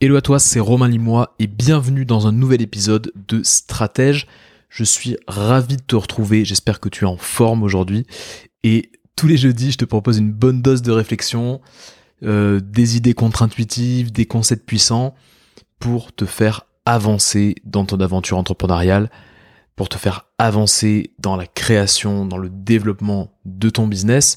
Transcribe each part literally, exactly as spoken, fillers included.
Hello à toi, c'est Romain Limois et bienvenue dans un nouvel épisode de Stratège. Je suis ravi de te retrouver, j'espère que tu es en forme aujourd'hui. Et tous les jeudis, je te propose une bonne dose de réflexion, euh, des idées contre-intuitives, des concepts puissants pour te faire avancer dans ton aventure entrepreneuriale, pour te faire avancer dans la création, dans le développement de ton business.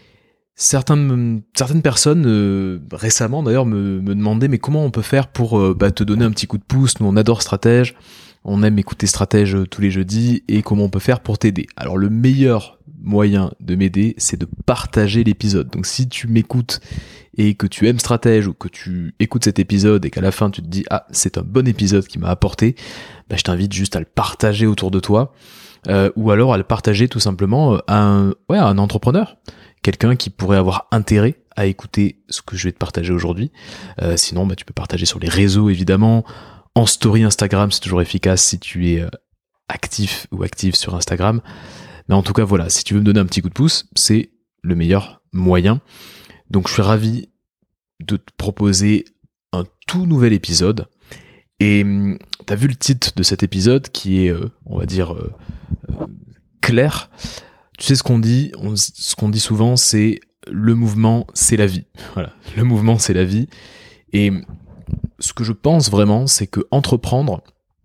Certains, certaines personnes, euh, récemment d'ailleurs, me, me demandaient mais comment on peut faire pour euh, bah, te donner un petit coup de pouce. Nous, on adore Stratège, on aime écouter Stratège tous les jeudis, et comment on peut faire pour t'aider. Alors le meilleur moyen de m'aider, c'est de partager l'épisode. Donc si tu m'écoutes et que tu aimes Stratège, ou que tu écoutes cet épisode et qu'à la fin tu te dis « Ah, c'est un bon épisode qui m'a apporté », bah, je t'invite juste à le partager autour de toi, euh, ou alors à le partager tout simplement à un, ouais, à un entrepreneur. Quelqu'un qui pourrait avoir intérêt à écouter ce que je vais te partager aujourd'hui. Euh, sinon, bah, tu peux partager sur les réseaux, évidemment. En story Instagram, c'est toujours efficace si tu es euh, actif ou active sur Instagram. Mais en tout cas, voilà, si tu veux me donner un petit coup de pouce, c'est le meilleur moyen. Donc, je suis ravi de te proposer un tout nouvel épisode. Et hum, tu as vu le titre de cet épisode qui est, euh, on va dire, euh, euh, clair. Tu sais ce qu'on dit, on, ce qu'on dit souvent, c'est le mouvement, c'est la vie. Voilà, le mouvement, c'est la vie. Et ce que je pense vraiment, c'est que entreprendre,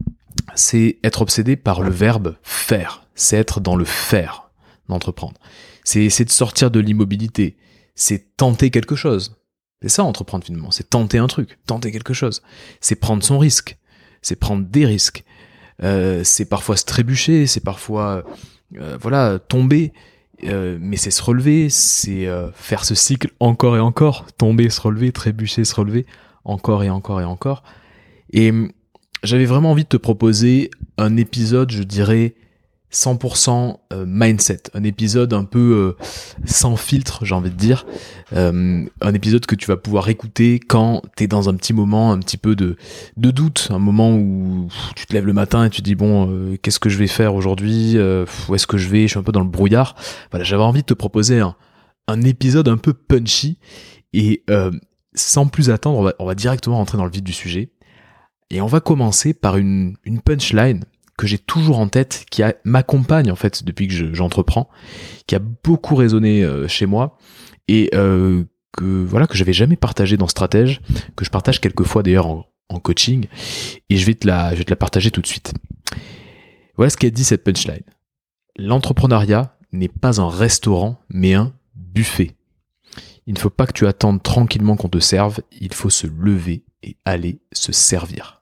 c'est être obsédé par le verbe faire. C'est être dans le faire d'entreprendre. C'est essayer de sortir de l'immobilité. C'est tenter quelque chose. C'est ça, entreprendre finalement. C'est tenter un truc, tenter quelque chose. C'est prendre son risque. C'est prendre des risques. Euh, c'est parfois se trébucher. C'est parfois... Euh, voilà, tomber, euh, mais c'est se relever, c'est euh, faire ce cycle encore et encore, tomber, se relever, trébucher, se relever, encore et encore et encore. Et j'avais vraiment envie de te proposer un épisode, je dirais, cent pour cent euh, mindset, un épisode un peu euh, sans filtre, j'ai envie de dire, euh, un épisode que tu vas pouvoir écouter quand t'es dans un petit moment un petit peu de, de doute, un moment où tu te lèves le matin et tu te dis bon, euh, qu'est-ce que je vais faire aujourd'hui, euh, où est-ce que je vais, je suis un peu dans le brouillard. Voilà, j'avais envie de te proposer un, un épisode un peu punchy et euh, sans plus attendre, on va, on va directement rentrer dans le vif du sujet et on va commencer par une, une punchline que j'ai toujours en tête, qui a, m'accompagne en fait depuis que je, j'entreprends, qui a beaucoup résonné euh, chez moi et euh, que voilà que j'avais jamais partagé dans Stratège, que je partage quelquefois d'ailleurs en, en coaching, et je vais te la je vais te la partager tout de suite. Voilà ce qu'elle dit cette punchline. L'entrepreneuriat n'est pas un restaurant, mais un buffet. Il ne faut pas que tu attendes tranquillement qu'on te serve, il faut se lever et aller se servir.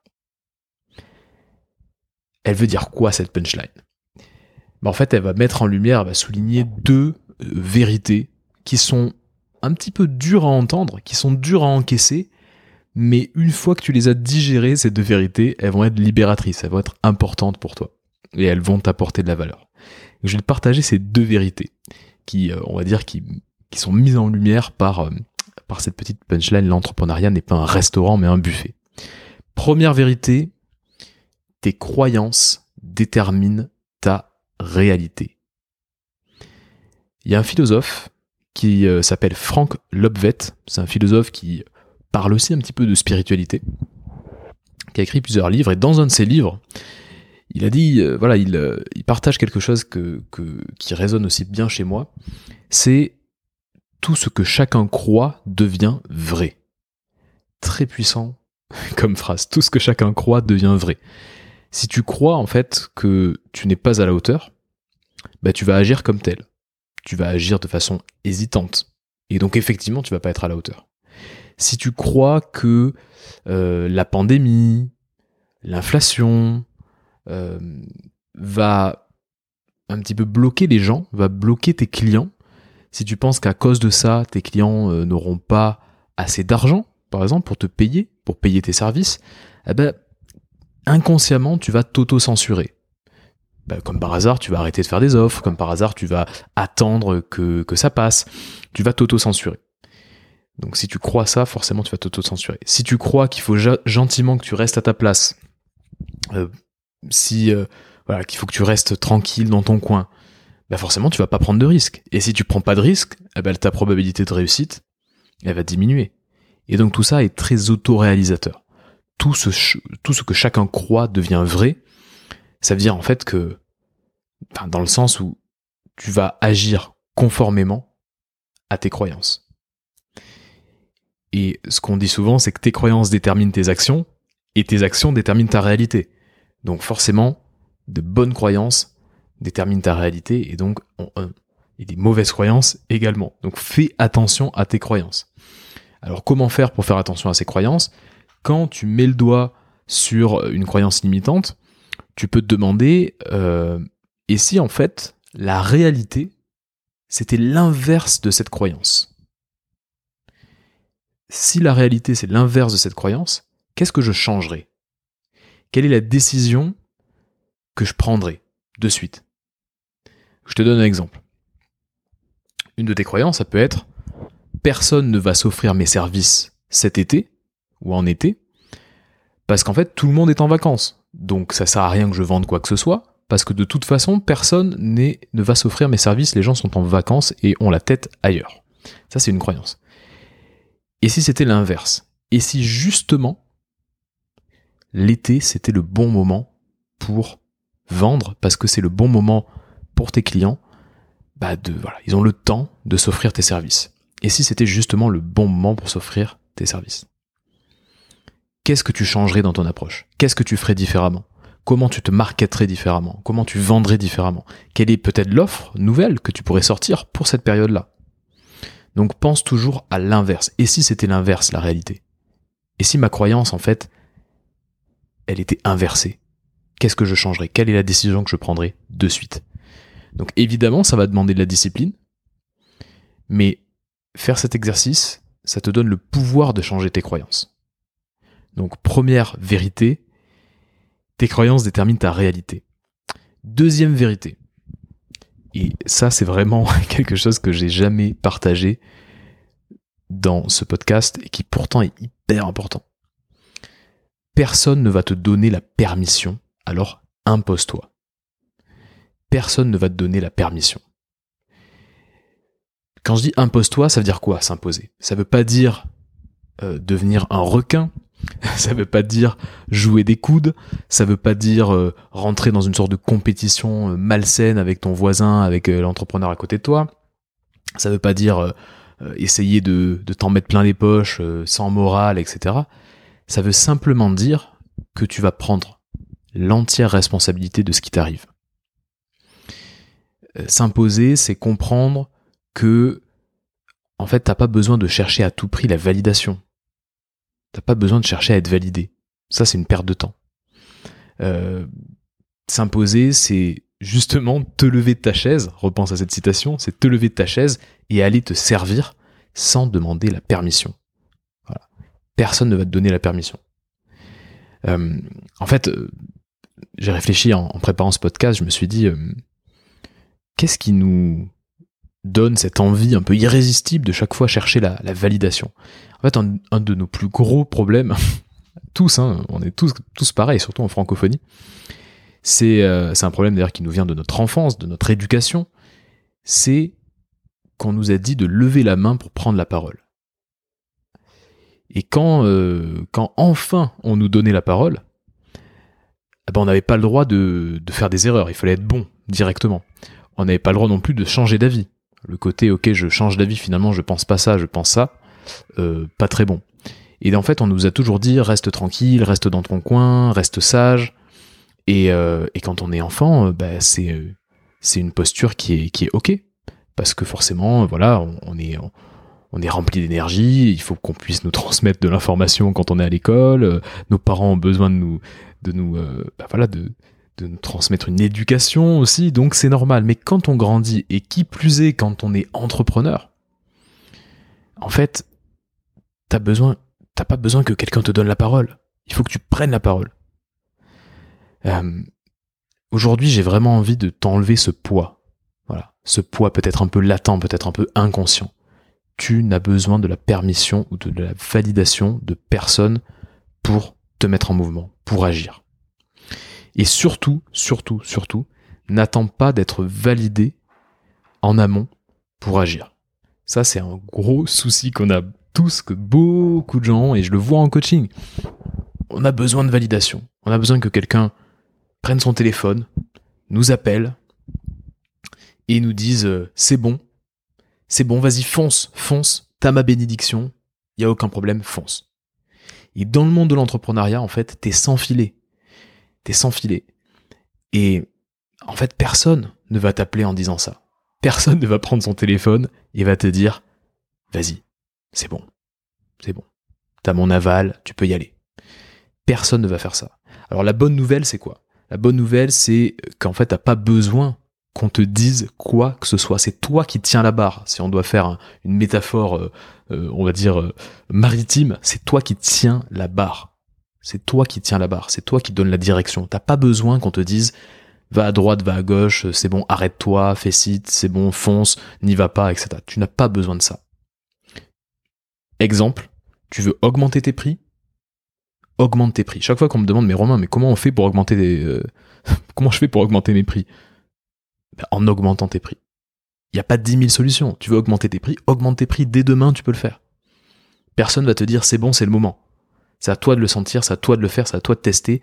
Elle veut dire quoi cette punchline ? Ben en fait, elle va mettre en lumière, elle va souligner deux euh, vérités qui sont un petit peu dures à entendre, qui sont dures à encaisser, mais une fois que tu les as digérées, ces deux vérités, elles vont être libératrices, elles vont être importantes pour toi, et elles vont t'apporter de la valeur. Donc, je vais te partager ces deux vérités, qui, euh, on va dire, qui, qui sont mises en lumière par, euh, par cette petite punchline. L'entrepreneuriat n'est pas un restaurant, mais un buffet. Première vérité, tes croyances déterminent ta réalité. Il y a un philosophe qui euh, s'appelle Frank Lobvet, c'est un philosophe qui parle aussi un petit peu de spiritualité, qui a écrit plusieurs livres, et dans un de ses livres, il a dit, euh, voilà, il, euh, il partage quelque chose que, que, qui résonne aussi bien chez moi, c'est tout ce que chacun croit devient vrai. Très puissant comme phrase, tout ce que chacun croit devient vrai. Si tu crois en fait que tu n'es pas à la hauteur, bah tu vas agir comme tel. Tu vas agir de façon hésitante. Et donc effectivement, tu vas pas être à la hauteur. Si tu crois que euh, la pandémie, l'inflation euh, va un petit peu bloquer les gens, va bloquer tes clients, si tu penses qu'à cause de ça, tes clients euh, n'auront pas assez d'argent, par exemple, pour te payer, pour payer tes services, eh ben inconsciemment, tu vas t'auto-censurer. Ben, comme par hasard, tu vas arrêter de faire des offres, comme par hasard, tu vas attendre que, que ça passe, tu vas t'auto-censurer. Donc si tu crois ça, forcément tu vas t'auto-censurer. Si tu crois qu'il faut ja- gentiment que tu restes à ta place, euh, si euh, voilà, qu'il faut que tu restes tranquille dans ton coin, ben forcément tu vas pas prendre de risques. Et si tu prends pas de risques, eh ben, ta probabilité de réussite, elle va diminuer. Et donc tout ça est très autoréalisateur. tout ce, tout ce que chacun croit devient vrai, ça veut dire en fait que, enfin, dans le sens où tu vas agir conformément à tes croyances. Et ce qu'on dit souvent, c'est que tes croyances déterminent tes actions, et tes actions déterminent ta réalité. Donc forcément, de bonnes croyances déterminent ta réalité, et donc on, on, et des mauvaises croyances également. Donc fais attention à tes croyances. Alors comment faire pour faire attention à ces croyances ? Quand tu mets le doigt sur une croyance limitante, tu peux te demander, euh, et si en fait, la réalité, c'était l'inverse de cette croyance ? Si la réalité, c'est l'inverse de cette croyance, qu'est-ce que je changerais ? Quelle est la décision que je prendrais de suite ? Je te donne un exemple. Une de tes croyances, ça peut être « Personne ne va s'offrir mes services cet été, ou en été, parce qu'en fait, tout le monde est en vacances. Donc ça sert à rien que je vende quoi que ce soit, parce que de toute façon, personne n'est, ne va s'offrir mes services, les gens sont en vacances et ont la tête ailleurs. » Ça, c'est une croyance. Et si c'était l'inverse ? Et si justement, l'été, c'était le bon moment pour vendre, parce que c'est le bon moment pour tes clients, bah de, voilà, ils ont le temps de s'offrir tes services. Et si c'était justement le bon moment pour s'offrir tes services ? Qu'est-ce que tu changerais dans ton approche ? Qu'est-ce que tu ferais différemment ? Comment tu te marketerais différemment ? Comment tu vendrais différemment ? Quelle est peut-être l'offre nouvelle que tu pourrais sortir pour cette période-là ? Donc pense toujours à l'inverse. Et si c'était l'inverse, la réalité ? Et si ma croyance, en fait, elle était inversée ? Qu'est-ce que je changerais ? Quelle est la décision que je prendrais de suite ? Donc évidemment, ça va demander de la discipline, mais faire cet exercice, ça te donne le pouvoir de changer tes croyances. Donc première vérité, tes croyances déterminent ta réalité. Deuxième vérité, et ça c'est vraiment quelque chose que j'ai jamais partagé dans ce podcast et qui pourtant est hyper important. Personne ne va te donner la permission, alors impose-toi. Personne ne va te donner la permission. Quand je dis impose-toi, ça veut dire quoi, s'imposer ? Ça veut pas dire euh, devenir un requin, ça veut pas dire jouer des coudes, ça veut pas dire euh, rentrer dans une sorte de compétition euh, malsaine avec ton voisin, avec euh, l'entrepreneur à côté de toi, ça veut pas dire euh, euh, essayer de, de t'en mettre plein les poches euh, sans morale, et cetera. Ça veut simplement dire que tu vas prendre l'entière responsabilité de ce qui t'arrive. Euh, s'imposer, c'est comprendre que en fait, t'as pas besoin de chercher à tout prix la validation. T'as pas besoin de chercher à être validé. Ça, c'est une perte de temps. Euh, s'imposer, c'est justement te lever de ta chaise, repense à cette citation, c'est te lever de ta chaise et aller te servir sans demander la permission. Voilà. Personne ne va te donner la permission. Euh, en fait, euh, j'ai réfléchi en, en préparant ce podcast, je me suis dit, euh, qu'est-ce qui nous donne cette envie un peu irrésistible de chaque fois chercher la, la validation ? En fait, un, un de nos plus gros problèmes, tous, hein, on est tous, tous pareils, surtout en francophonie, c'est, euh, c'est un problème d'ailleurs qui nous vient de notre enfance, de notre éducation, c'est qu'on nous a dit de lever la main pour prendre la parole. Et quand, euh, quand enfin on nous donnait la parole, eh ben on n'avait pas le droit de, de faire des erreurs, il fallait être bon directement. On n'avait pas le droit non plus de changer d'avis. Le côté, ok, je change d'avis, finalement je pense pas ça, je pense ça, euh, pas très bon. Et en fait, on nous a toujours dit, reste tranquille, reste dans ton coin, reste sage. Et, euh, et quand on est enfant, euh, bah, c'est, euh, c'est une posture qui est, qui est ok. Parce que forcément, voilà, on, on est, on, on est rempli d'énergie, il faut qu'on puisse nous transmettre de l'information quand on est à l'école, euh, nos parents ont besoin de nous, de nous, euh, bah, voilà, de, de nous transmettre une éducation aussi, donc c'est normal. Mais quand on grandit, et qui plus est quand on est entrepreneur, en fait, t'as besoin, t'as pas besoin que quelqu'un te donne la parole. Il faut que tu prennes la parole. Euh, aujourd'hui, j'ai vraiment envie de t'enlever ce poids. Voilà, ce poids peut-être un peu latent, peut-être un peu inconscient. Tu n'as besoin de la permission ou de la validation de personne pour te mettre en mouvement, pour agir. Et surtout, surtout, surtout, n'attends pas d'être validé en amont pour agir. Ça, c'est un gros souci qu'on a tous, que beaucoup de gens, et je le vois en coaching, on a besoin de validation. On a besoin que quelqu'un prenne son téléphone, nous appelle et nous dise euh, c'est bon, c'est bon, vas-y, fonce, fonce, t'as ma bénédiction, il n'y a aucun problème, fonce. Et dans le monde de l'entrepreneuriat, en fait, t'es sans filet. T'es sans filet. Et en fait, personne ne va t'appeler en disant ça. Personne ne va prendre son téléphone et va te dire vas-y, c'est bon, c'est bon. T'as mon aval, tu peux y aller. Personne ne va faire ça. Alors la bonne nouvelle, c'est quoi ? La bonne nouvelle, c'est qu'en fait, t'as pas besoin qu'on te dise quoi que ce soit. C'est toi qui tiens la barre. Si on doit faire un, une métaphore, euh, euh, on va dire, euh, maritime, c'est toi qui tiens la barre. C'est toi qui tiens la barre. C'est toi qui donne la direction. T'as pas besoin qu'on te dise va à droite, va à gauche, c'est bon, arrête-toi, fais ci, c'est bon, fonce, n'y va pas, et cetera. Tu n'as pas besoin de ça. Exemple, tu veux augmenter tes prix ? Augmente tes prix. Chaque fois qu'on me demande, mais Romain, mais comment on fait pour augmenter des, euh, comment je fais pour augmenter mes prix ? Ben, en augmentant tes prix. Il n'y a pas dix mille solutions. Tu veux augmenter tes prix, augmente tes prix dès demain, tu peux le faire. Personne va te dire c'est bon, c'est le moment. C'est à toi de le sentir, c'est à toi de le faire, c'est à toi de tester.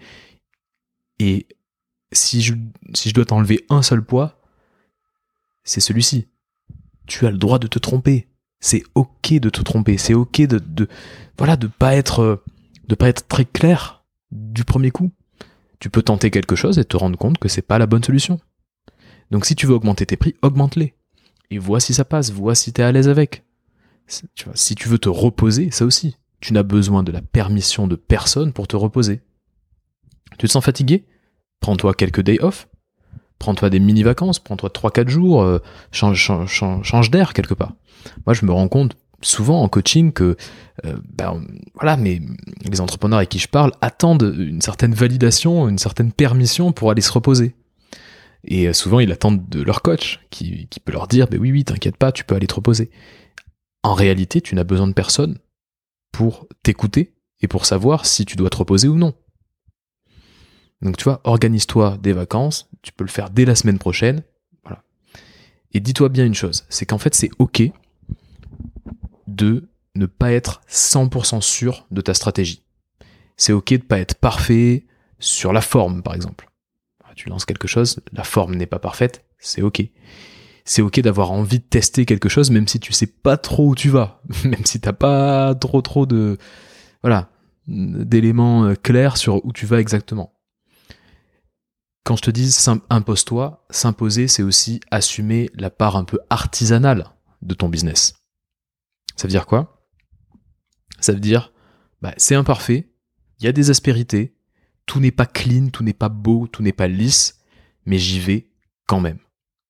Et si je, si je dois t'enlever un seul poids, c'est celui-ci. Tu as le droit de te tromper. C'est ok de te tromper. C'est ok de, de, voilà, de pas être, de pas être très clair du premier coup. Tu peux tenter quelque chose et te rendre compte que c'est pas la bonne solution. Donc si tu veux augmenter tes prix, augmente-les. Et vois si ça passe, vois si t'es à l'aise avec. Tu vois, si tu veux te reposer, ça aussi. Tu n'as besoin de la permission de personne pour te reposer. Tu te sens fatigué ? Prends-toi quelques days off. Prends-toi des mini-vacances, prends-toi trois quatre jours, euh, change, change, change, change d'air quelque part. Moi, je me rends compte souvent en coaching que euh, ben, voilà, mais les entrepreneurs avec qui je parle attendent une certaine validation, une certaine permission pour aller se reposer. Et euh, souvent, ils attendent de leur coach qui, qui peut leur dire ben oui, oui, t'inquiète pas, tu peux aller te reposer. En réalité, tu n'as besoin de personne pour t'écouter et pour savoir si tu dois te reposer ou non. Donc tu vois, organise-toi des vacances, tu peux le faire dès la semaine prochaine, voilà. Et dis-toi bien une chose, c'est qu'en fait c'est ok de ne pas être cent pour cent sûr de ta stratégie. C'est ok de pas être parfait sur la forme par exemple. Tu lances quelque chose, la forme n'est pas parfaite, c'est ok. C'est ok d'avoir envie de tester quelque chose même si tu sais pas trop où tu vas, même si t'as pas trop trop de, voilà, d'éléments clairs sur où tu vas exactement. Quand je te dis impose-toi, s'imposer, c'est aussi assumer la part un peu artisanale de ton business. Ça veut dire quoi ? Ça veut dire, bah, c'est imparfait, il y a des aspérités, tout n'est pas clean, tout n'est pas beau, tout n'est pas lisse, mais j'y vais quand même.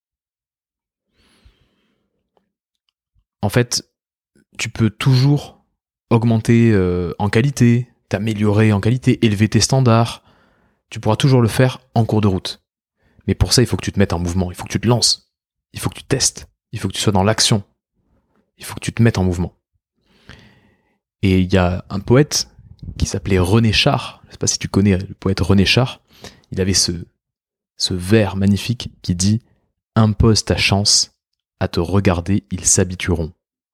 En fait, tu peux toujours augmenter euh, en qualité, t'améliorer en qualité, élever tes standards. Tu pourras toujours le faire en cours de route. Mais pour ça, il faut que tu te mettes en mouvement, il faut que tu te lances, il faut que tu testes, il faut que tu sois dans l'action, il faut que tu te mettes en mouvement. Et il y a un poète qui s'appelait René Char, je ne sais pas si tu connais le poète René Char, il avait ce, ce vers magnifique qui dit « Impose ta chance, à te regarder, ils s'habitueront ».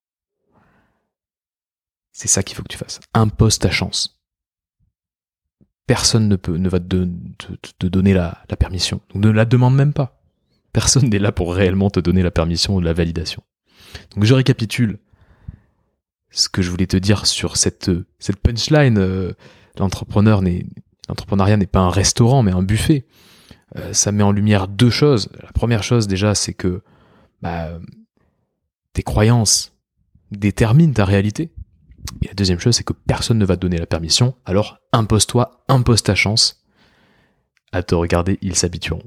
C'est ça qu'il faut que tu fasses, impose ta chance. Personne ne peut, ne va te, te, te donner la, la permission. Donc ne la demande même pas. Personne n'est là pour réellement te donner la permission ou la validation. Donc je récapitule ce que je voulais te dire sur cette, cette punchline. Euh, l'entrepreneur n'est, l'entrepreneuriat n'est pas un restaurant, mais un buffet. Euh, ça met en lumière deux choses. La première chose déjà, c'est que bah, tes croyances déterminent ta réalité. Et la deuxième chose, c'est que personne ne va te donner la permission, alors impose-toi, impose ta chance. À te regarder, ils s'habitueront.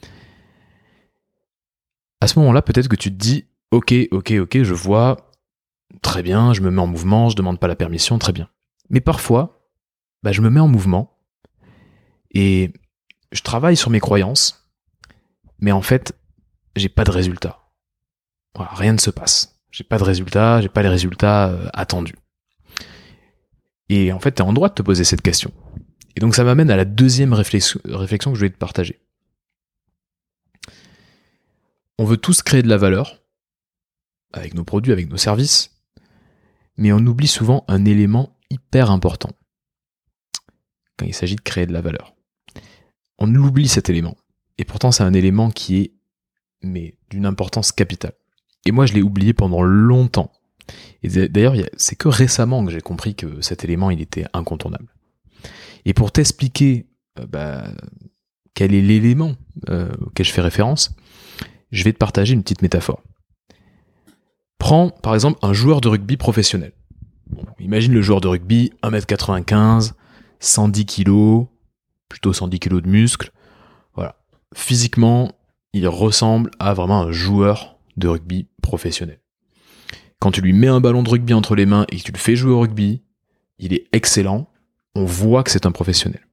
À ce moment-là, peut-être que tu te dis, ok, ok, ok, je vois, très bien, je me mets en mouvement, je demande pas la permission, très bien. Mais parfois, bah, je me mets en mouvement et je travaille sur mes croyances, mais en fait, j'ai pas de résultat. Voilà, rien ne se passe. J'ai pas de résultat, j'ai pas les résultats euh, attendus. Et en fait, tu es en droit de te poser cette question. Et donc ça m'amène à la deuxième réflexion, réflexion que je voulais te partager. On veut tous créer de la valeur, avec nos produits, avec nos services, mais on oublie souvent un élément hyper important. quand il s'agit de créer de la valeur. On oublie cet élément. Et pourtant, c'est un élément qui est mais d'une importance capitale. Et moi, je l'ai oublié pendant longtemps. Et d'ailleurs, c'est que récemment que j'ai compris que cet élément, il était incontournable. Et pour t'expliquer euh, bah, quel est l'élément euh, auquel je fais référence, je vais te partager une petite métaphore. Prends, par exemple, un joueur de rugby professionnel. Bon, imagine le joueur de rugby, un mètre quatre-vingt-quinze, cent dix kilos, plutôt cent dix kilos de muscles. Voilà. Physiquement, il ressemble à vraiment un joueur de rugby professionnel. Quand tu lui mets un ballon de rugby entre les mains et que tu le fais jouer au rugby, il est excellent. On voit que c'est un professionnel.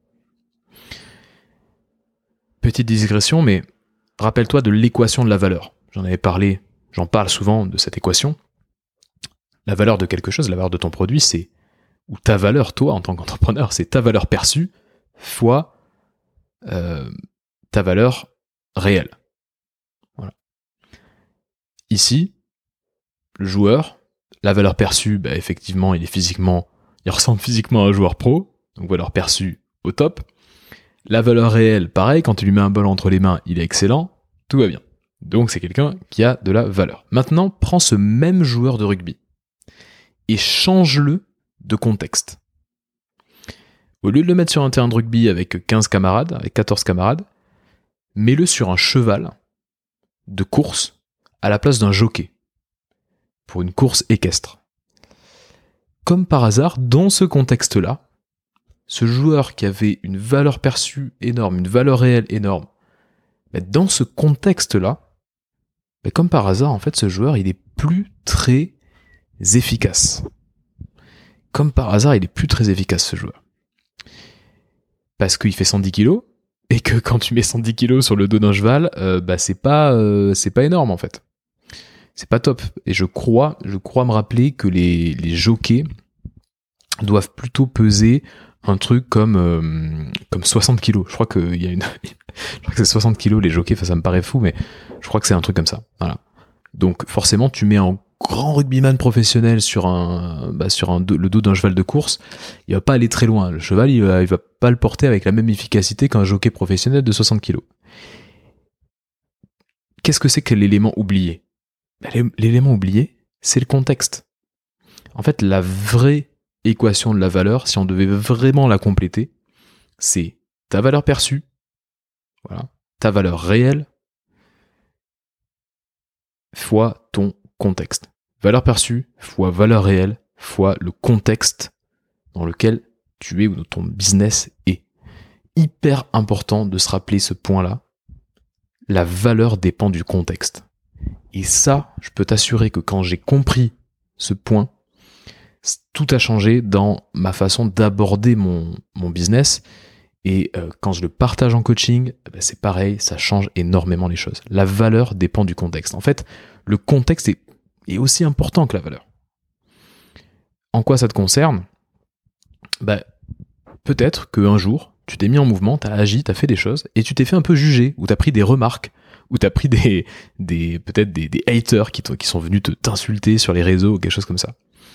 Petite digression, mais rappelle-toi de l'équation de la valeur. J'en avais parlé, j'en parle souvent de cette équation. La valeur de quelque chose, la valeur de ton produit, c'est, ou ta valeur, toi, en tant qu'entrepreneur, c'est ta valeur perçue fois euh, ta valeur réelle. Voilà. Ici, le joueur, la valeur perçue, bah, effectivement, il est physiquement, il ressemble physiquement à un joueur pro, donc valeur perçue au top. La valeur réelle, pareil, quand tu lui mets un bol entre les mains, il est excellent, tout va bien. Donc c'est quelqu'un qui a de la valeur. Maintenant, prends ce même joueur de rugby et change-le de contexte. Au lieu de le mettre sur un terrain de rugby avec quinze camarades, avec quatorze camarades, mets-le sur un cheval de course à la place d'un jockey pour une course équestre. Comme par hasard, dans ce contexte-là, ce joueur qui avait une valeur perçue énorme, une valeur réelle énorme, dans ce contexte-là, comme par hasard, en fait, ce joueur, il est plus très efficace. Comme par hasard, il est plus très efficace, ce joueur. Parce qu'il fait cent dix kilos, et que quand tu mets cent dix kilos sur le dos d'un cheval, euh, bah c'est pas, euh, c'est pas énorme, en fait. C'est pas top. Et je crois, je crois me rappeler que les, les jockeys doivent plutôt peser un truc comme euh, comme soixante kilos. Je crois que il y a une, je crois que c'est soixante kilos les jockeys. Enfin, ça me paraît fou, mais je crois que c'est un truc comme ça. Voilà. Donc forcément, tu mets un grand rugbyman professionnel sur un, bah, sur un le dos d'un cheval de course, il va pas aller très loin. Le cheval, il va, il va pas le porter avec la même efficacité qu'un jockey professionnel de soixante kilos. Qu'est-ce que c'est que l'élément oublié ? L'élément oublié, c'est le contexte. En fait, la vraie équation de la valeur, si on devait vraiment la compléter, c'est ta valeur perçue, voilà, ta valeur réelle, fois ton contexte. Valeur perçue fois valeur réelle fois le contexte dans lequel tu es ou ton business est. Hyper important de se rappeler ce point-là. La valeur dépend du contexte. Et ça, je peux t'assurer que quand j'ai compris ce point, tout a changé dans ma façon d'aborder mon, mon business. Et euh, quand je le partage en coaching, ben c'est pareil, ça change énormément les choses. La valeur dépend du contexte. En fait, le contexte est, est aussi important que la valeur. En quoi ça te concerne ? Ben, peut-être qu'un jour, tu t'es mis en mouvement, tu as agi, tu as fait des choses, et tu t'es fait un peu juger, ou tu as pris des remarques, ou tu as pris des, des, peut-être des, des haters qui, qui sont venus te, t'insulter sur les réseaux, ou quelque chose comme ça.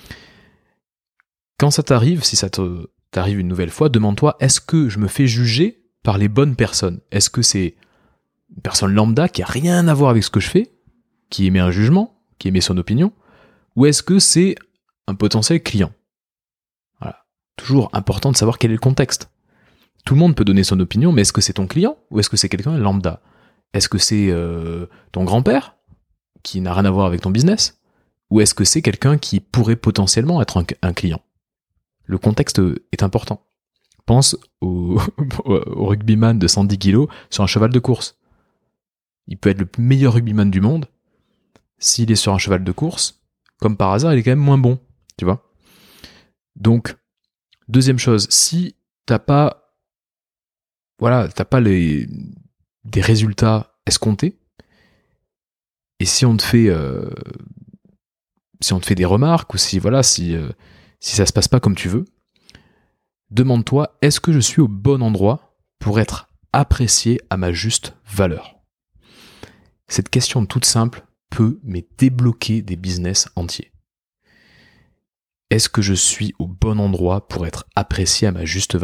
Quand ça t'arrive, si ça te, t'arrive une nouvelle fois, demande-toi, est-ce que je me fais juger par les bonnes personnes ? Est-ce que c'est une personne lambda qui a rien à voir avec ce que je fais, qui émet un jugement, qui émet son opinion, ou est-ce que c'est un potentiel client ? Voilà. Toujours important de savoir quel est le contexte. Tout le monde peut donner son opinion, mais est-ce que c'est ton client ou est-ce que c'est quelqu'un lambda ? Est-ce que c'est euh, ton grand-père qui n'a rien à voir avec ton business ? Ou est-ce que c'est quelqu'un qui pourrait potentiellement être un, un client ? Le contexte est important. Pense au, au rugbyman de cent dix kilos sur un cheval de course. Il peut être le meilleur rugbyman du monde. S'il est sur un cheval de course, comme par hasard, il est quand même moins bon. Tu vois ? Donc, deuxième chose, si t'as pas, voilà, t'as pas les, des résultats escomptés, et si on te fait, euh, si on te fait des remarques, ou si, voilà, si, euh, si ça se passe pas comme tu veux, demande-toi, est-ce que je suis au bon endroit pour être apprécié à ma juste valeur ? Cette question toute simple peut mais débloquer des business entiers. Est-ce que je suis au bon endroit pour être apprécié à ma juste valeur ?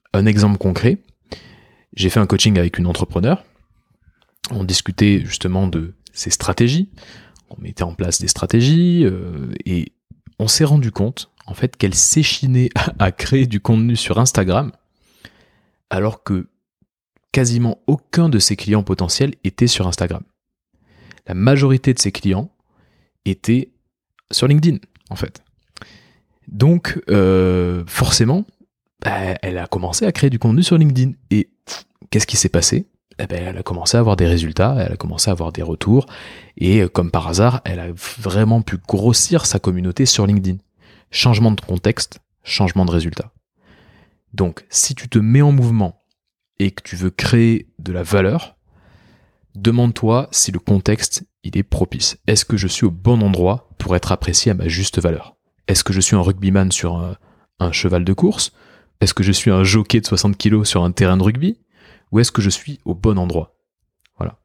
Un exemple concret, j'ai fait un coaching avec une entrepreneur. On discutait justement de ses stratégies. On mettait en place des stratégies euh, et on s'est rendu compte en fait qu'elle s'échinait à créer du contenu sur Instagram alors que quasiment aucun de ses clients potentiels était sur Instagram. La majorité de ses clients étaient sur LinkedIn en fait. Donc euh, forcément, bah, elle a commencé à créer du contenu sur LinkedIn et qu'est-ce qui s'est passé ? Eh ben, elle a commencé à avoir des résultats, elle a commencé à avoir des retours, et comme par hasard, elle a vraiment pu grossir sa communauté sur LinkedIn. Changement de contexte, changement de résultat. Donc, si tu te mets en mouvement et que tu veux créer de la valeur, demande-toi si le contexte il est propice. Est-ce que je suis au bon endroit pour être apprécié à ma juste valeur ? Est-ce que je suis un rugbyman sur un, un cheval de course ? Est-ce que je suis un jockey de soixante kilos sur un terrain de rugby ? Ou est-ce que je suis au bon endroit ? Voilà.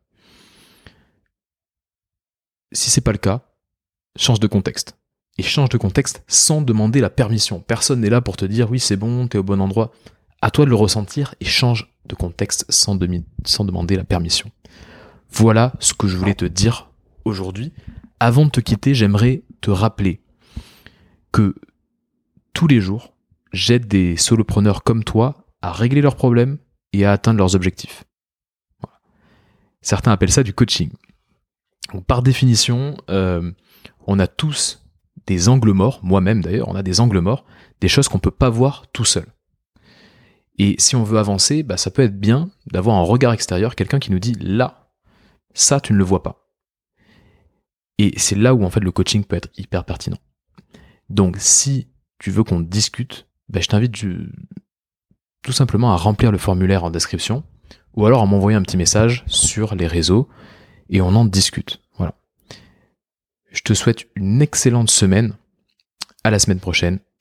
Si c'est pas le cas, change de contexte. Et change de contexte sans demander la permission. Personne n'est là pour te dire oui c'est bon, t'es au bon endroit. À toi de le ressentir et change de contexte sans, demi- sans demander la permission. Voilà ce que je voulais te dire aujourd'hui. Avant de te quitter, j'aimerais te rappeler que tous les jours, j'aide des solopreneurs comme toi à régler leurs problèmes et à atteindre leurs objectifs. Voilà. Certains appellent ça du coaching. Donc, par définition, euh, on a tous des angles morts, moi-même d'ailleurs, on a des angles morts, des choses qu'on ne peut pas voir tout seul. Et si on veut avancer, bah, ça peut être bien d'avoir un regard extérieur, quelqu'un qui nous dit « là, ça tu ne le vois pas ». Et c'est là où en fait le coaching peut être hyper pertinent. Donc si tu veux qu'on discute, bah, je t'invite du... tout simplement à remplir le formulaire en description ou alors à m'envoyer un petit message sur les réseaux et on en discute. Voilà. Je te souhaite une excellente semaine. À la semaine prochaine.